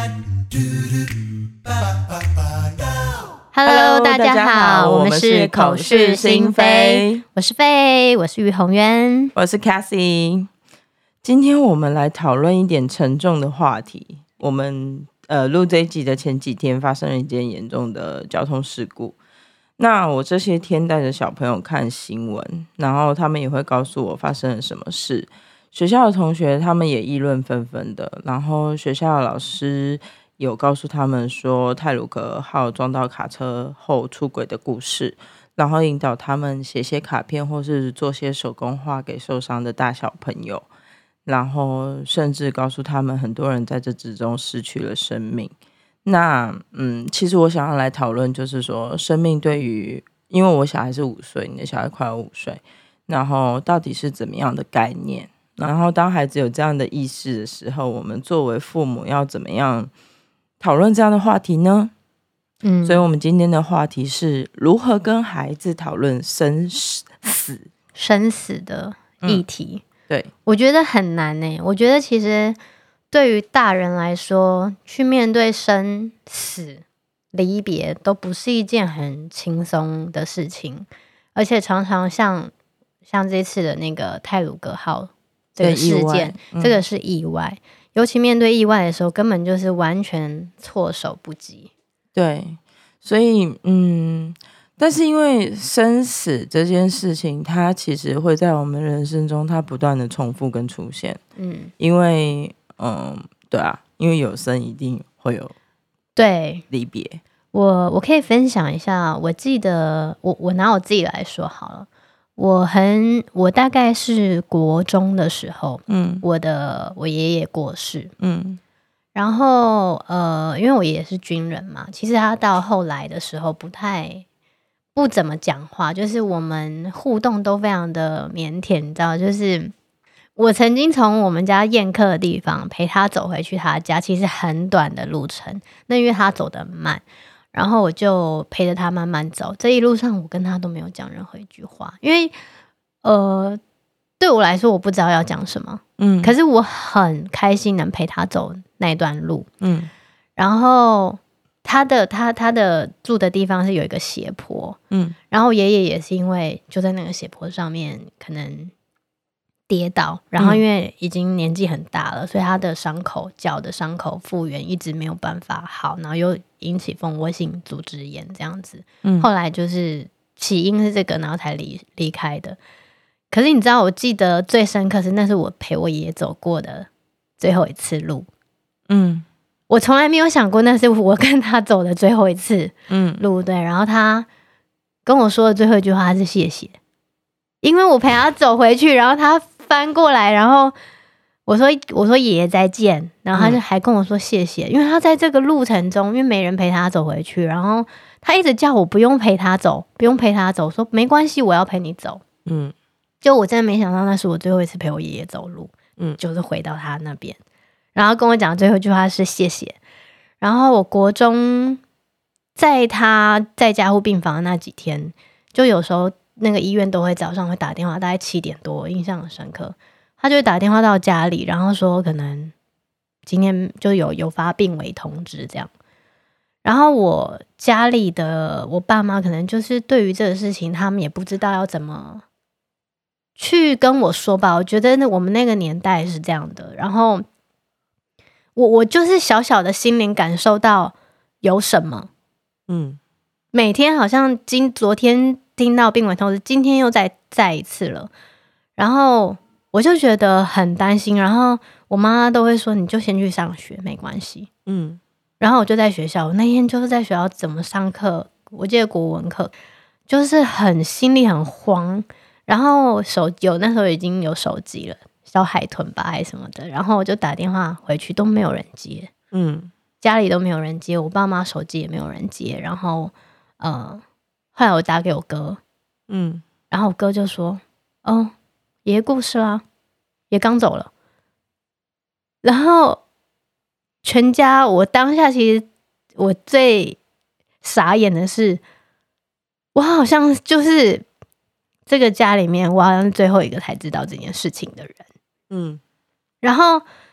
Hello， 大家好，我们是口是心非，我是飞，我是于宏渊， 我是 Cassie。今天我们来讨论一点沉重的话题。我们录这一集的前几天发生了一件严重的交通事故。那我这些天带着小朋友看新闻，然后他们也会告诉我发生了什么事。学校的同学他们也议论纷纷的，然后学校的老师有告诉他们说太鲁阁号撞到卡车后出轨的故事，然后引导他们写卡片或是做些手工画给受伤的大小朋友，然后甚至告诉他们很多人在这之中失去了生命。那其实我想要来讨论就是说生命对于，因为我小孩是5岁，你的小孩快要5岁，然后到底是怎么样的概念，然后当孩子有这样的意识的时候，我们作为父母要怎么样讨论这样的话题呢？所以我们今天的话题是如何跟孩子讨论生死的议题。 对， 我觉得很难欸。我觉得其实对于大人来说，去面对生死离别都不是一件很轻松的事情，而且常常像这次的那个太鲁阁号这个事件，这个是意外，尤其面对意外的时候，根本就是完全措手不及。 对，所以但是因为生死这件事情，它其实会在我们人生中它不断的重复跟出现。因为对啊，因为有生一定会有离别。 我可以分享一下，我记得我拿我自己来说好了。我大概是国中的时候，我爷爷过世，然后因为我爷爷是军人嘛，其实他到后来的时候不怎么讲话，就是我们互动都非常的腼腆，你知道，就是我曾经从我们家宴客的地方陪他走回去他家，其实很短的路程，那因为他走得慢，然后我就陪着他慢慢走，这一路上我跟他都没有讲任何一句话，因为对我来说我不知道要讲什么，可是我很开心能陪他走那一段路，然后他的住的地方是有一个斜坡，然后爷爷也是因为就在那个斜坡上面可能跌倒，然后因为已经年纪很大了，所以他的脚的伤口复原一直没有办法好，然后又引起蜂窝性组织炎这样子，后来就是起因是这个，然后才离开的。可是你知道我记得最深刻是那是我陪我爷爷走过的最后一次路，我从来没有想过那是我跟他走的最后一次路，对。然后他跟我说的最后一句话是谢谢，因为我陪他走回去，然后他翻过来，然后我说爷爷再见，然后他就还跟我说谢谢，因为他在这个路程中，因为没人陪他走回去，然后他一直叫我不用陪他走，说没关系，我要陪你走。就我真的没想到那是我最后一次陪我爷爷走路，就是回到他那边，然后跟我讲最后一句话是谢谢。然后我国中在他在加护病房的那几天，就有时候那个医院都会早上会打电话，大概7点多，我印象很深刻，他就会打电话到家里，然后说可能今天就有发病危通知这样。然后我家里的我爸妈可能就是对于这个事情他们也不知道要怎么去跟我说吧，我觉得我们那个年代是这样的，然后我就是小小的心灵感受到有什么，每天好像昨天听到病危通知，今天又再一次了，然后我就觉得很担心，然后我妈妈都会说你就先去上学没关系，然后我就在学校，我那天就是在学校怎么上课，我记得国文课就是心里很慌，然后那时候已经有手机了，小海豚吧还是什么的，然后我就打电话回去都没有人接，家里都没有人接，我爸妈手机也没有人接，然后后来我打给我哥，然后我哥就说爷爷过世啦，爷刚走了，然后全家我当下其实我最傻眼的是，我好像就是这个家里面我好像是最后一个才知道这件事情的人，然后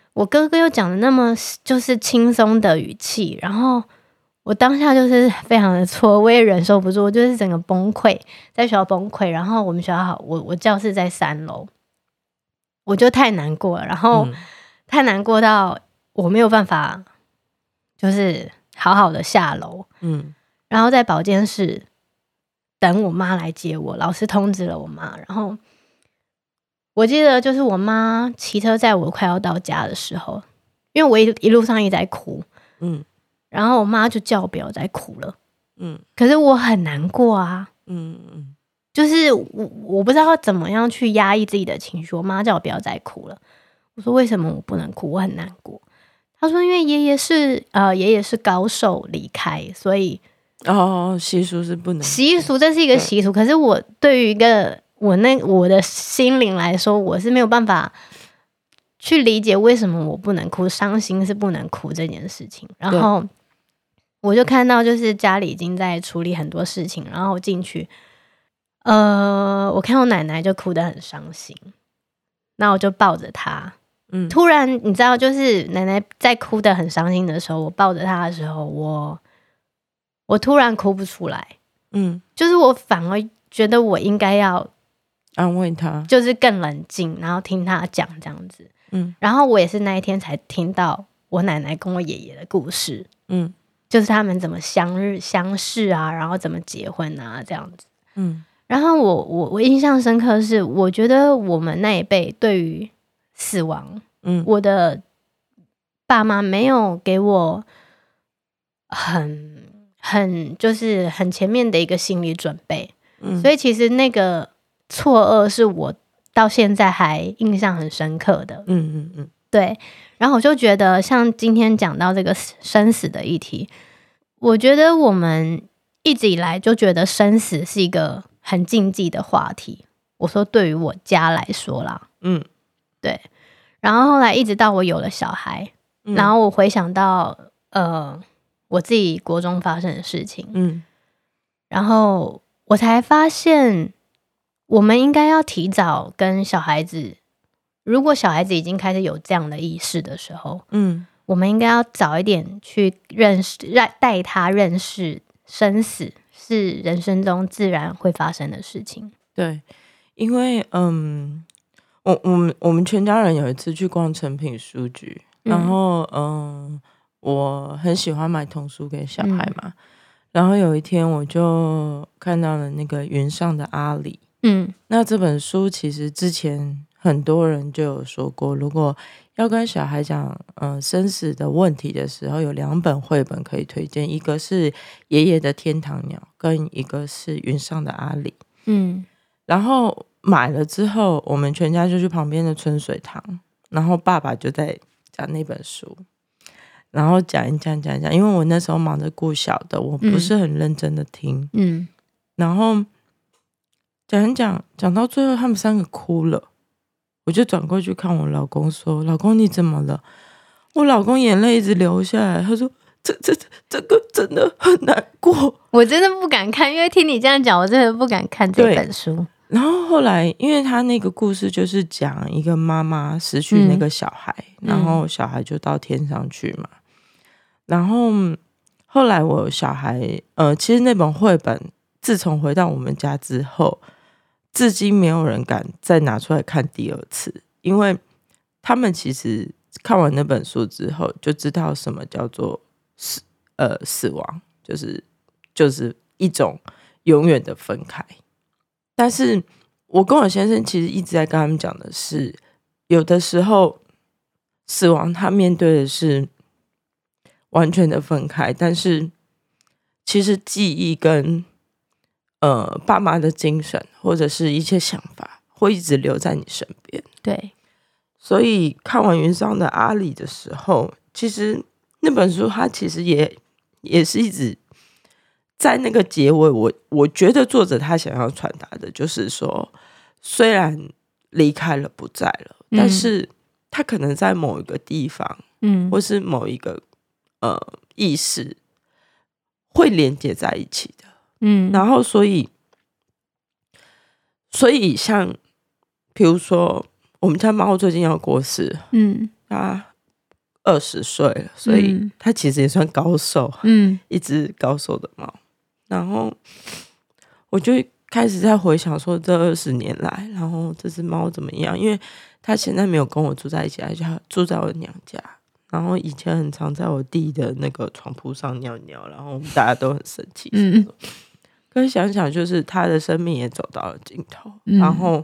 我哥哥又讲的那么就是轻松的语气，然后我当下就是非常的挫，我也忍受不住，我就是整个崩溃，在学校崩溃。然后我们学校我教室在3楼，我就太难过了，然后太难过到我没有办法就是好好的下楼，然后在保健室等我妈来接我，老师通知了我妈，然后我记得就是我妈骑车载我快要到家的时候，因为我一路上一直在哭，然后我妈就叫我不要再哭了，可是我很难过啊，就是我不知道怎么样去压抑自己的情绪，我妈叫我不要再哭了，我说为什么我不能哭？我很难过。她说因为爷爷是高寿离开，所以习俗是不能习俗，这是一个习俗，可是我对于一个我的心灵来说，我是没有办法去理解为什么我不能哭，伤心是不能哭这件事情。然后我就看到就是家里已经在处理很多事情，然后进去，我看我奶奶就哭得很伤心，那我就抱着她，突然你知道，就是奶奶在哭得很伤心的时候，我抱着她的时候，我突然哭不出来，就是我反而觉得我应该要安慰她， 就是更冷静，然后听她讲这样子，然后我也是那一天才听到我奶奶跟我爷爷的故事，就是他们怎么相识啊，然后怎么结婚啊这样子，然后我印象深刻的是，我觉得我们那一辈对于死亡，我的爸妈没有给我就是很前面的一个心理准备，所以其实那个错愕是我到现在还印象很深刻的，对。然后我就觉得像今天讲到这个生死的议题，我觉得我们一直以来就觉得生死是一个很禁忌的话题，我说对于我家来说啦，对。然后后来一直到我有了小孩，然后我回想到我自己国中发生的事情，然后我才发现我们应该要提早跟小孩子，如果小孩子已经开始有这样的意识的时候，我们应该要早一点去带他认识生死是人生中自然会发生的事情。 对，因为我们全家人有一次去逛诚品书局，然后我很喜欢买童书给小孩嘛，然后有一天我就看到了那个云上的阿里，那这本书其实之前很多人就有说过，如果要跟小孩讲生死的问题的时候，有2本绘本可以推荐，一个是爷爷的天堂鸟，跟一个是云上的阿里，然后买了之后，我们全家就去旁边的春水堂，然后爸爸就在讲那本书，然后讲一讲，因为我那时候忙着顾小的，我不是很认真的听，然后讲到最后，他们3个哭了，我就转过去看我老公说：“老公你怎么了？”我老公眼泪一直流下来，他说：“这个真的很难过。” 我真的不敢看，因为听你这样讲，我真的不敢看这本书。 然后后来，因为他那个故事就是讲一个妈妈失去那个小孩，然后小孩就到天上去嘛。然后后来我小孩，其实那本绘本自从回到我们家之后，至今没有人敢再拿出来看第2次，因为他们其实看完那本书之后就知道什么叫做死亡，就是一种永远的分开。但是我跟我先生其实一直在跟他们讲的是，有的时候死亡他面对的是完全的分开，但是其实记忆跟爸妈的精神或者是一切想法会一直留在你身边。 对， 所以看完云上的阿里的时候，其实那本书它其实也是一直在那个结尾，我觉得作者他想要传达的就是说，虽然离开了不在了，但是他可能在某一个地方，或是某一个意识会连接在一起的，然后所以像比如说我们家猫最近要过世，它 20岁了，所以他其实也算高手，一只高手的猫。然后我就开始在回想说，这20年来，然后这只猫怎么样？因为它现在没有跟我住在一起，它住在我娘家。然后以前很常在我弟的那个床铺上尿尿，然后我们大家都很生气。可是想想，就是他的生命也走到了尽头。然后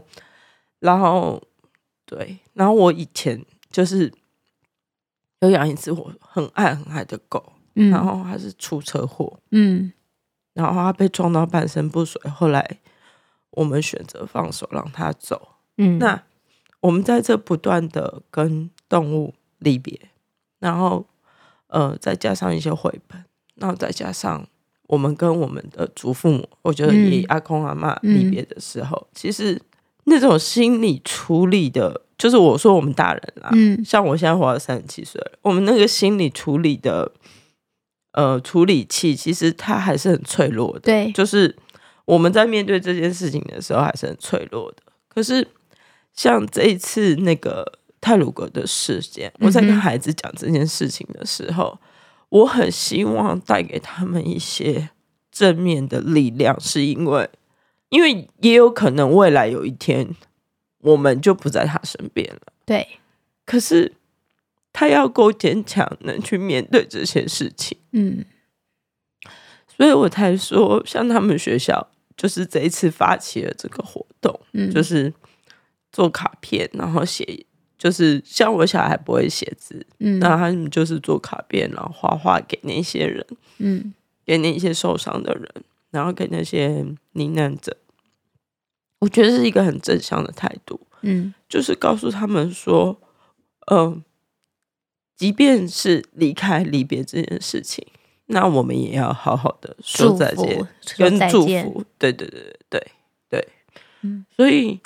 对，然后我以前就是有养一只我很爱很爱的狗，然后它是出车祸，然后它被撞到半身不遂，后来我们选择放手让它走。那我们在这不断的跟动物离别，然后再加上一些绘本，然后再加上我们跟我们的祖父母，我觉得爷爷阿公阿嬷离别的时候，其实那种心理处理的，就是我说我们大人啦，像我现在活到37岁了，我们那个心理处理的处理器，其实它还是很脆弱的。 对， 就是我们在面对这件事情的时候还是很脆弱的。可是像这一次那个太鲁阁的事件，我在跟孩子讲这件事情的时候，我很希望带给他们一些正面的力量，是因为也有可能未来有一天我们就不在他身边了。 对， 可是他要够坚强，能去面对这些事情。所以我才说，像他们学校就是这一次发起了这个活动，就是做卡片，然后写，就是像我小孩不会写字，那他们就是做卡片，然后画画给那些人，给那些受伤的人，然后给那些罹难者。我觉得是一个很正向的态度，就是告诉他们说，即便是离别这件事情，那我们也要好好的说再见，跟祝福。对。所以，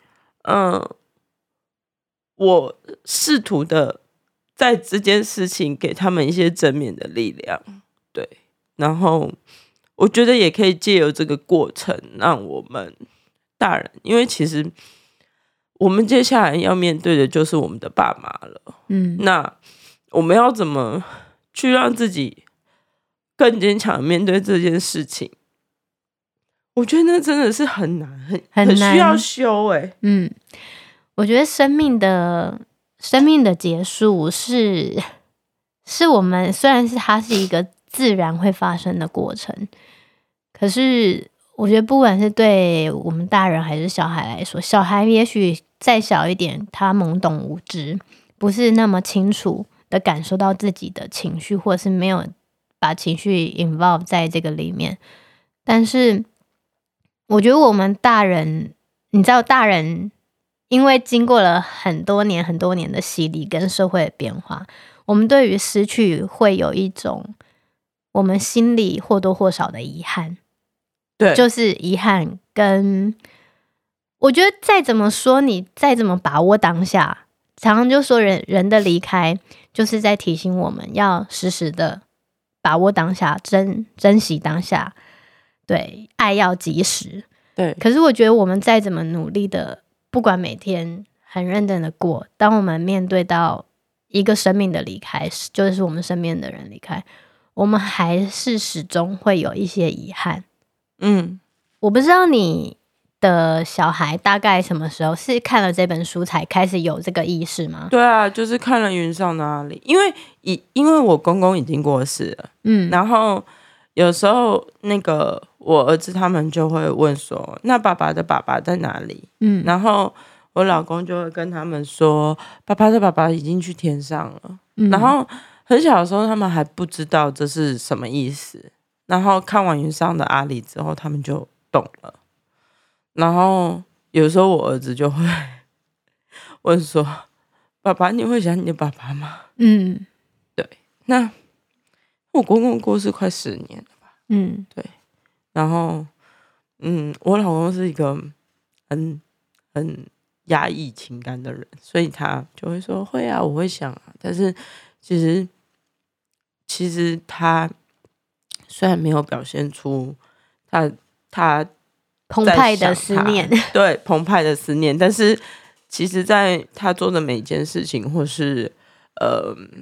我试图的在这件事情给他们一些正面的力量，对。然后，我觉得也可以借由这个过程，让我们大人，因为其实我们接下来要面对的就是我们的爸妈了。那我们要怎么去让自己更坚强的面对这件事情？我觉得那真的是很难，很需要修。 我觉得生命的结束是我们虽然是它是一个自然会发生的过程，可是我觉得不管是对我们大人还是小孩来说，小孩也许再小一点，他懵懂无知，不是那么清楚的感受到自己的情绪，或者是没有把情绪 involve 在这个里面。但是我觉得我们大人，你知道大人因为经过了很多年的洗礼跟社会的变化，我们对于失去会有一种我们心里或多或少的遗憾。对，就是遗憾跟我觉得再怎么说，你再怎么把握当下，常常就说人的离开就是在提醒我们要时时的把握当下，珍惜当下。对，爱要及时。对，可是我觉得我们再怎么努力的，不管每天很认真的过，当我们面对到一个生命的离开，就是我们身边的人离开，我们还是始终会有一些遗憾。我不知道你的小孩大概什么时候是看了这本书才开始有这个意识吗？ 对啊，就是看了《云上的阿里》，因为我公公已经过世了，然后有时候那个我儿子他们就会问说，那爸爸的爸爸在哪里？然后我老公就会跟他们说，爸爸的爸爸已经去天上了。然后很小的时候他们还不知道这是什么意思，然后看完《云上的阿里》之后他们就懂了。然后有时候我儿子就会问说，爸爸你会想你的爸爸吗？对，那我公公过世快10年了吧。对。然后我老公是一个很压抑情感的人，所以他就会说会啊，我会想啊。但是其实他虽然没有表现出他澎湃的思念， 对，澎湃的思念，但是其实在他做的每一件事情，或是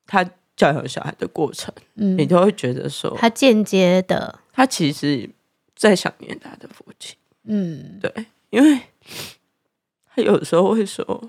他教养小孩的过程，你都会觉得说， 他间接的， 他其实在想念他的父亲。对，因为他有时候会说，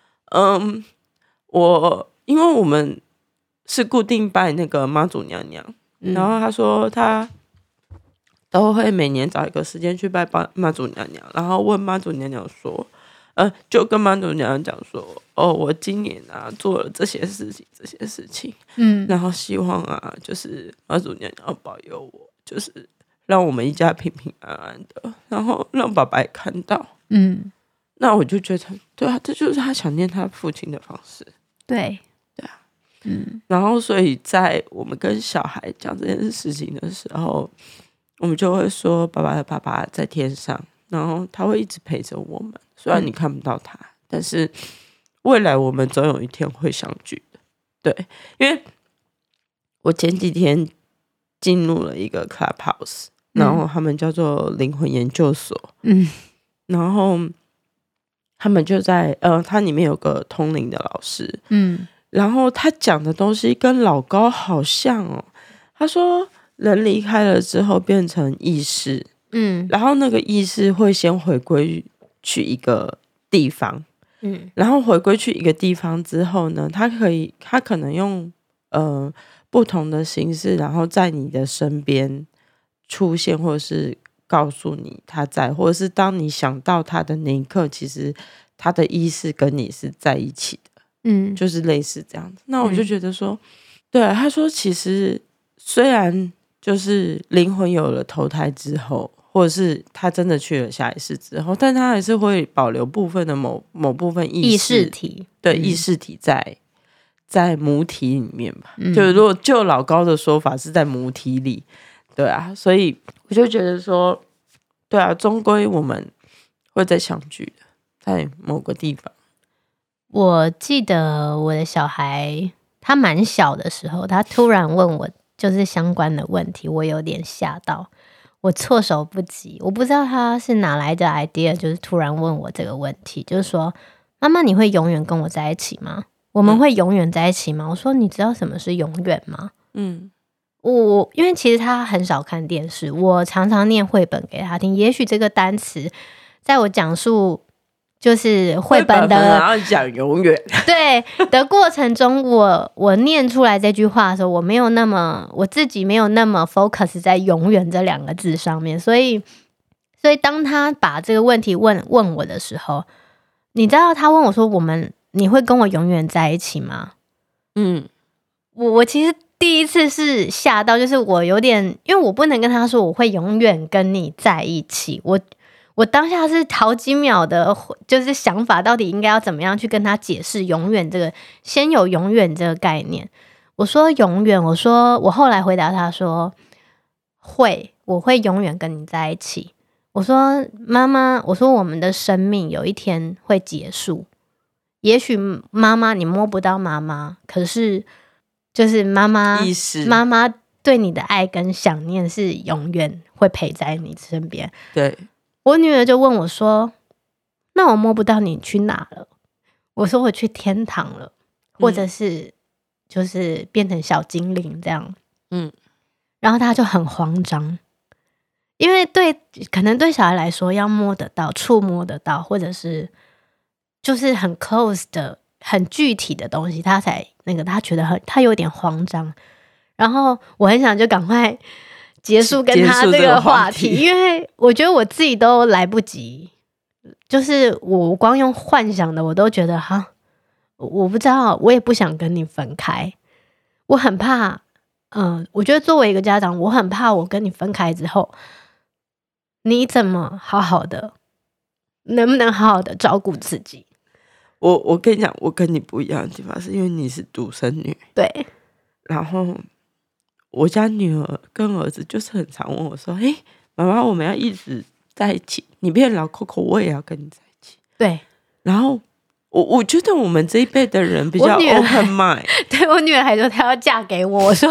因为我们是固定拜那个妈祖娘娘，然后他说他都会每年找一个时间去拜妈祖娘娘，然后问妈祖娘娘说，就跟妈祖娘娘讲说，我今年啊做了这些事情，然后希望啊，就是妈祖娘娘保佑我，就是让我们一家平平安安的，然后让爸爸也看到。那我就觉得，对啊，这就是他想念他父亲的方式。 对啊，然后所以在我们跟小孩讲这件事情的时候，我们就会说，爸爸的爸爸在天上，然后他会一直陪着我们，虽然你看不到他，但是未来我们总有一天会相聚的。对，因为我前几天进入了一个 Clubhouse，然后他们叫做灵魂研究所，然后他们就在它里面有个通灵的老师，然后他讲的东西跟老高好像哦。他说人离开了之后变成意识，然后那个意识会先回归去一个地方，然后回归去一个地方之后呢，他可能用不同的形式，然后在你的身边出现，或者是告诉你他在，或者是当你想到他的那一刻，其实他的意识跟你是在一起的，就是类似这样子。那我就觉得说，对啊，他说其实虽然就是灵魂有了投胎之后，或者是他真的去了下一世之后，但他还是会保留部分的某部分意识体，对，意识体在母体里面吧。就如果就老高的说法是在母体里，对啊，所以我就觉得说，对啊，终归我们会再相聚的，在某个地方。 我记得我的小孩他蛮小的时候，他突然问我就是相关的问题，我有点吓到，我措手不及，我不知道他是哪来的 idea， 就是突然问我这个问题，就是说妈妈你会永远跟我在一起吗？我们会永远在一起吗？我说你知道什么是永远吗？我因为其实他很少看电视，我常常念绘本给他听，也许这个单词在我讲述就是绘本的， 然后讲永远对的过程中，我念出来这句话的时候，我自己没有那么 focus 在永远这两个字上面，所以当他把这个问题问我的时候，你知道他问我说你会跟我永远在一起吗？我其实第一次是吓到，就是我有点，因为我不能跟他说我会永远跟你在一起，我当下是好几秒的，就是想法到底应该要怎么样去跟他解释永远这个，先有永远这个概念。我说永远，我后来回答他说我会永远跟你在一起。我说妈妈，我说我们的生命有一天会结束，也许妈妈你摸不到妈妈，可是就是妈妈对你的爱跟想念是永远会陪在你身边。 对， 我女儿就问我说，那我摸不到你去哪了？我说我去天堂了，或者是就是变成小精灵这样。然后她就很慌张，因为可能对小孩来说要摸得到触摸得到，或者是就是很 close 的很具体的东西，他才他觉得他有点慌张。然后我很想就赶快结束跟他这个话题，因为我觉得我自己都来不及，就是我光用幻想的我都觉得我不知道，我也不想跟你分开，我很怕我觉得作为一个家长，我很怕我跟你分开之后，你怎么好好的，能不能好好的照顾自己？ 我跟你讲，我跟你不一样的地方是因为你是独生女， 对， 然后我家女儿跟儿子就是很常问我说，妈妈我们要一直在一起，你变老 Coco 我也要跟你在一起。 对， 然后我觉得我们这一辈的人比较 open mind， 对，我女儿还说她要嫁给我，我说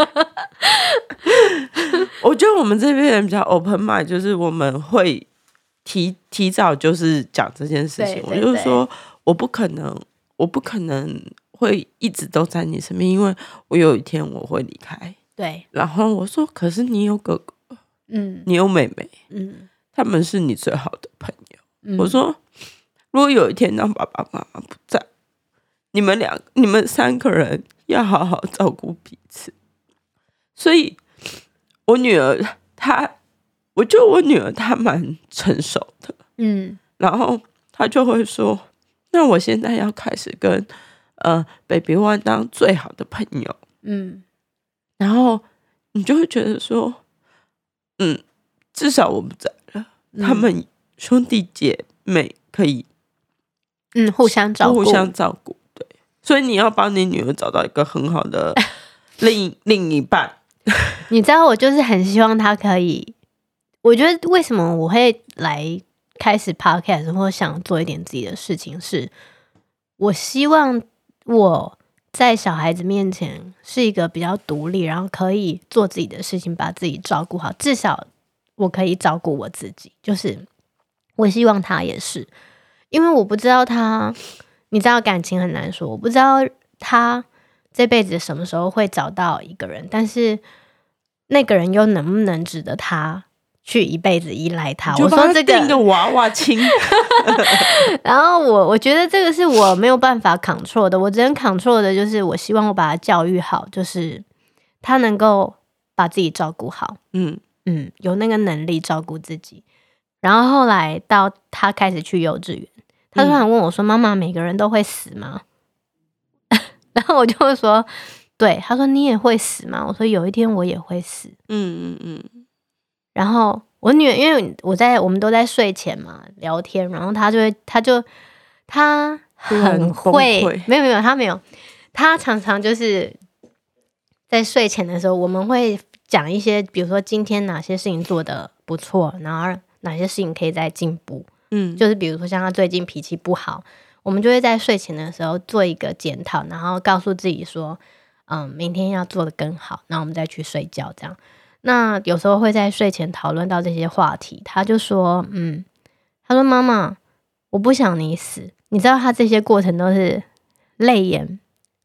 我觉得我们这辈人比较 open mind， 就是我们会提早就是讲这件事情。我就是说我不可能会一直都在你身边，因为我有一天我会离开。 对， 然后我说，可是你有哥哥，你有妹妹，他们是你最好的朋友。我说，如果有一天当爸爸妈妈不在，你们3个人要好好照顾彼此。所以我女儿我觉得我女儿她蛮成熟的，然后她就会说，那我现在要开始跟Baby One 当最好的朋友，然后你就会觉得说，至少我不在了，他们兄弟姐妹可以， 互相照顾，对，所以你要帮你女儿找到一个很好的另一半。 你知道，我就是很希望她可以。我觉得为什么我会来开始 podcast 或想做一点自己的事情，是我希望我在小孩子面前是一个比较独立，然后可以做自己的事情，把自己照顾好。至少我可以照顾我自己，就是我希望他也是，因为我不知道他，你知道感情很难说，我不知道他这辈子什么时候会找到一个人，但是那个人又能不能值得他去一辈子依赖他？我说这个定个娃娃亲， 然后我觉得这个是我没有办法 control 的，我只能 control 的就是我希望我把他教育好，就是他能够把自己照顾好，有那个能力照顾自己。然后后来到他开始去幼稚园，他突然问我说：“妈妈，每个人都会死吗？”然后我就说：“对。”他说：“你也会死吗？”我说：“有一天我也会死。”然后我女儿，因为我们都在睡前嘛聊天，然后她很会，没有她没有，她常常就是在睡前的时候，我们会讲一些，比如说今天哪些事情做得不错，然后哪些事情可以再进步，就是比如说像她最近脾气不好，我们就会在睡前的时候做一个检讨，然后告诉自己说，明天要做得更好，然后我们再去睡觉这样。那有时候会在睡前讨论到这些话题，他就说，他说妈妈，我不想你死。你知道他这些过程都是泪眼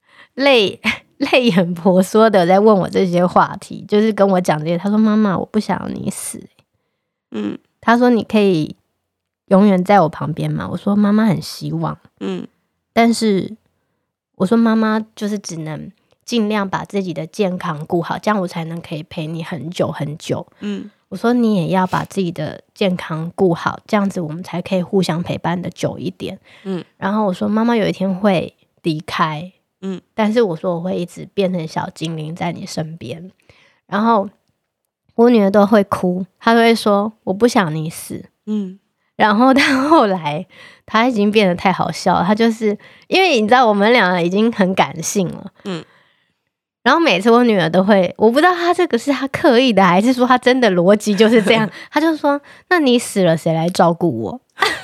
婆娑的在问我这些话题，就是跟我讲这些。他说妈妈，我不想你死。他说你可以永远在我旁边吗？我说妈妈很希望，但是我说妈妈就是只能尽量把自己的健康顾好，这样我才能可以陪你很久很久。我说你也要把自己的健康顾好，这样子我们才可以互相陪伴的久一点。然后我说妈妈有一天会离开，但是我说我会一直变成小精灵在你身边。然后我女儿都会哭，她都会说我不想你死。然后她后来她已经变得太好笑了，她就是因为你知道我们两个已经很感性了，然后每次我女儿都会，我不知道她这个是她刻意的还是说她真的逻辑就是这样，她就说那你死了谁来照顾我？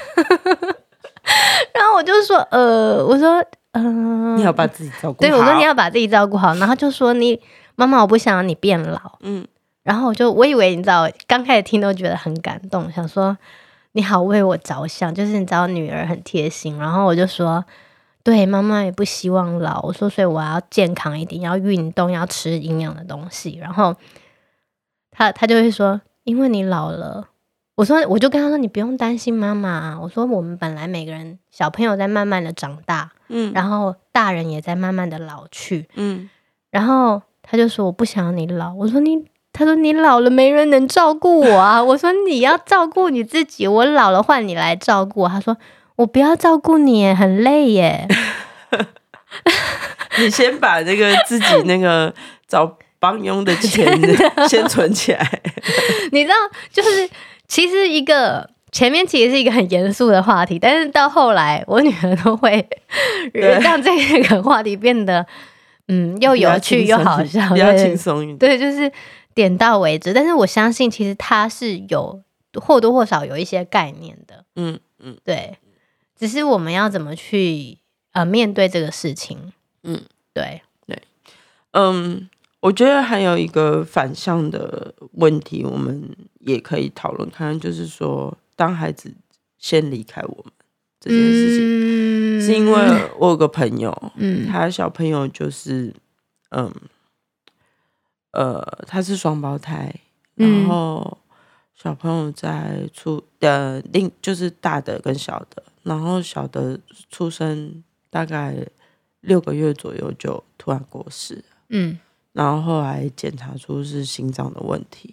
然后我就说我说你要把自己照顾好。 对，我说你要把自己照顾好。然后就说妈妈我不想让你变老。然后我以为你知道刚开始听都觉得很感动，想说你好为我着想，就是你知道女儿很贴心。然后我就说对，妈妈也不希望老，我说所以我要健康一点，要运动，要吃营养的东西。然后他就会说因为你老了，我就跟他说你不用担心妈妈，我说我们本来每个人小朋友在慢慢的长大，然后大人也在慢慢的老去，然后他就说我不想你老，他说你老了没人能照顾我啊，我说你要照顾你自己，我老了换你来照顾我。他说我不要照顾你耶，很累耶。 你先把那个自己那个找帮佣的钱先存起来。 你知道就是其实前面其实是一个很严肃的话题，但是到后来我女儿都会让这个话题变得又有趣又好笑， 比较轻松一点。 对，就是点到为止。但是我相信其实她是有或多或少有一些概念的，对，只是我们要怎么去面对这个事情。对， 我觉得还有一个反向的问题，我们也可以讨论看看，就是说，当孩子先离开我们这件事情， 是因为我有个朋友，他小朋友就是他是双胞胎，然后小朋友在就是大的跟小的，然后小的出生大概6个月左右就突然过世，然后后来检查出是心脏的问题，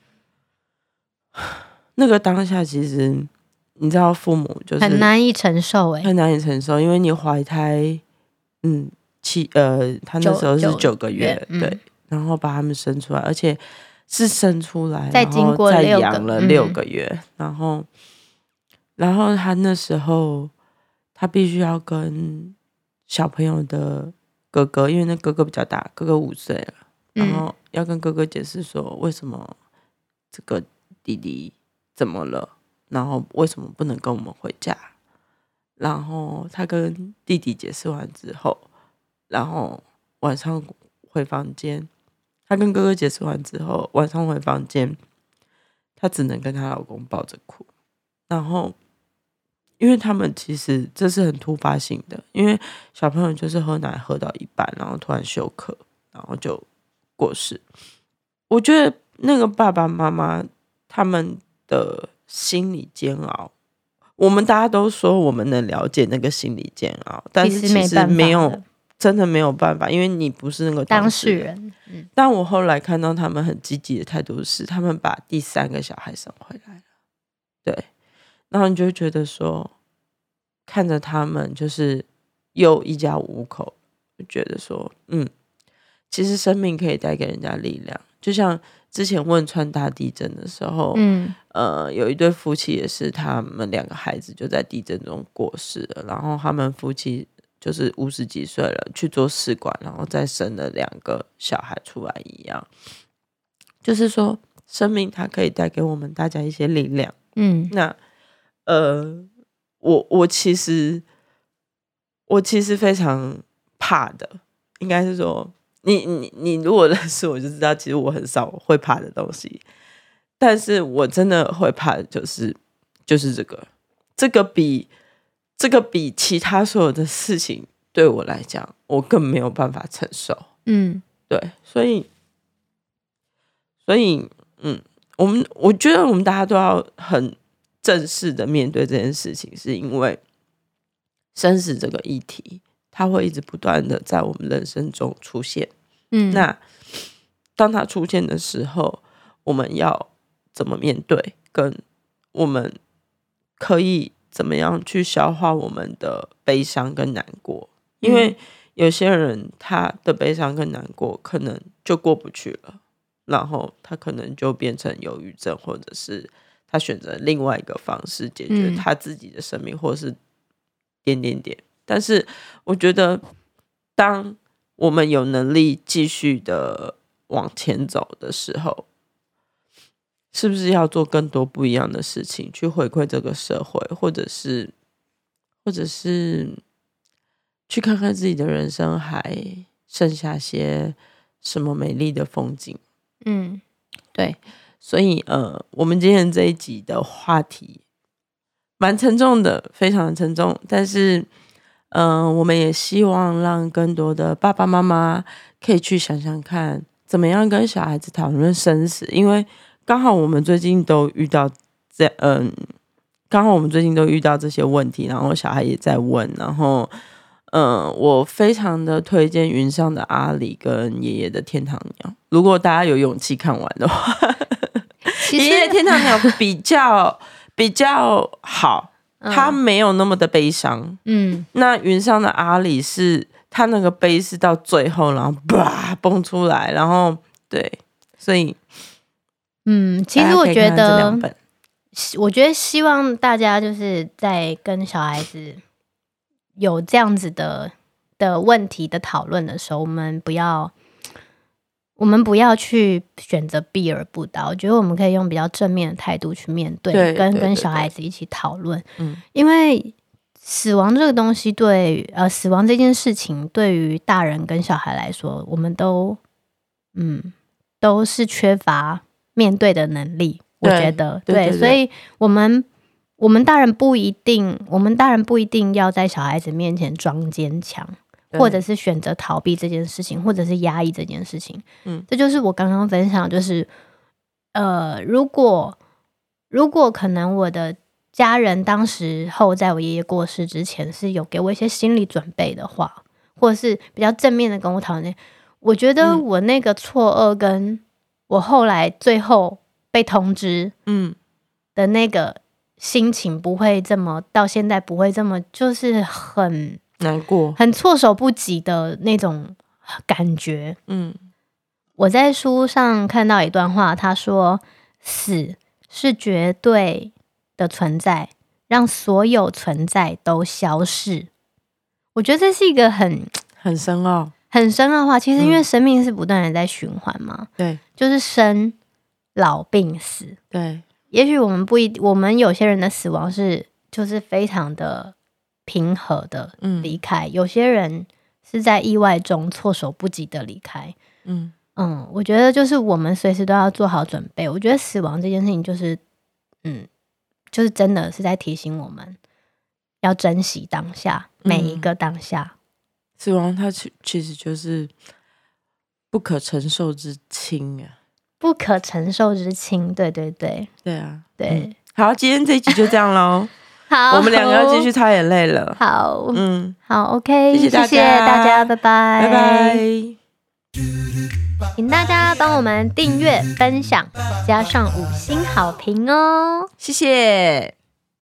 那个当下其实你知道父母就是很难以承受， 很难以承受，因为你怀胎他那时候是9个月，对，然后把他们生出来，而且是生出来再经过然后再养了6个月，然后他那时候他必须要跟小朋友的哥哥，因为那哥哥比较大，哥哥5岁了，然后要跟哥哥解释说为什么这个弟弟怎么了，然后为什么不能跟我们回家。然后他跟弟弟解释完之后，然后晚上回房间，他跟哥哥解释完之后，晚上回房间，他只能跟她老公抱着哭。然后因为他们其实这是很突发性的，因为小朋友就是喝奶喝到一半，然后突然休克，然后就过世。我觉得那个爸爸妈妈他们的心理煎熬，我们大家都说我们能了解那个心理煎熬，但是其实没有，真的没有办法，因为你不是那个当事人。但我后来看到他们很积极的态度是，他们把第3个小孩生回来了，对，然后你就会觉得说，看着他们就是又一家5口，就觉得说，其实生命可以带给人家力量，就像之前汶川大地震的时候，有一对夫妻也是，他们2个孩子就在地震中过世了，然后他们夫妻就是50几岁了，去做试管，然后再生了2个小孩出来一样，就是说生命它可以带给我们大家一些力量。那我其实非常怕的，应该是说你如果认识我就知道，其实我很少会怕的东西，但是我真的会怕的就是这个比其他所有的事情对我来讲，我更没有办法承受。对，所以我觉得我们大家都要很正式的面对这件事情，是因为生死这个议题，它会一直不断的在我们人生中出现。那当它出现的时候，我们要怎么面对，跟我们可以怎么样去消化我们的悲伤跟难过，因为有些人他的悲伤跟难过可能就过不去了，然后他可能就变成忧郁症，或者是他选择另外一个方式解决他自己的生命，或是点点点。但是我觉得当我们有能力继续的往前走的时候，是不是要做更多不一样的事情去回馈这个社会，或者是去看看自己的人生还剩下些什么美丽的风景。对，所以我们今天这一集的话题蛮沉重的，非常沉重，但是我们也希望让更多的爸爸妈妈可以去想想看，怎么样跟小孩子讨论生死，因为刚好我们最近都遇到这些问题，然后小孩也在问，然后我非常的推荐云上的阿里跟爷爷的天堂鸟，如果大家有勇气看完的话，爷爷天堂鸟比较好，他没有那么的悲伤。那云上的阿里是他那个悲是到最后，然后啪蹦出来，然后对，所以其实我觉得希望大家就是在跟小孩子有这样子的问题的讨论的时候，我们不要去选择避而不答。我觉得我们可以用比较正面的态度去面对，跟小孩子一起讨论。因为死亡这个东西死亡这件事情对于大人跟小孩来说，我们都是缺乏面对的能力。我觉得对，所以我们我们大人不一定要在小孩子面前裝坚强，或者是选择逃避这件事情，或者是压抑这件事情。这就是我刚刚分享，就是如果可能我的家人当时候在我爷爷过世之前是有给我一些心理准备的话，或者是比较正面的跟我讨论，我觉得我那个错愕跟我后来最后被通知的那个心情不会这么，到现在不会这么就是很难过， 很措手不及的那种感觉。我在书上看到一段话，他说死是绝对的存在，让所有存在都消逝。我觉得这是一个很深奥的话。其实因为生命是不断的在循环嘛， 对， 就是生老病死。 对， 也许我们有些人的死亡是就是非常的平和的离开，有些人是在意外中措手不及的离开。我觉得就是我们随时都要做好准备。我觉得死亡这件事情就是就是真的是在提醒我们要珍惜当下，每一个当下。 死亡它其实就是不可承受之轻啊， 不可承受之轻。对对对对啊， 对。 好，今天这一集就这样咯。 好， 我们两个要继续擦眼泪了。 好，好 ，OK， 谢谢大家，拜拜， 拜拜。 请大家帮我们订阅、分享，加上5星好评哦， 谢谢。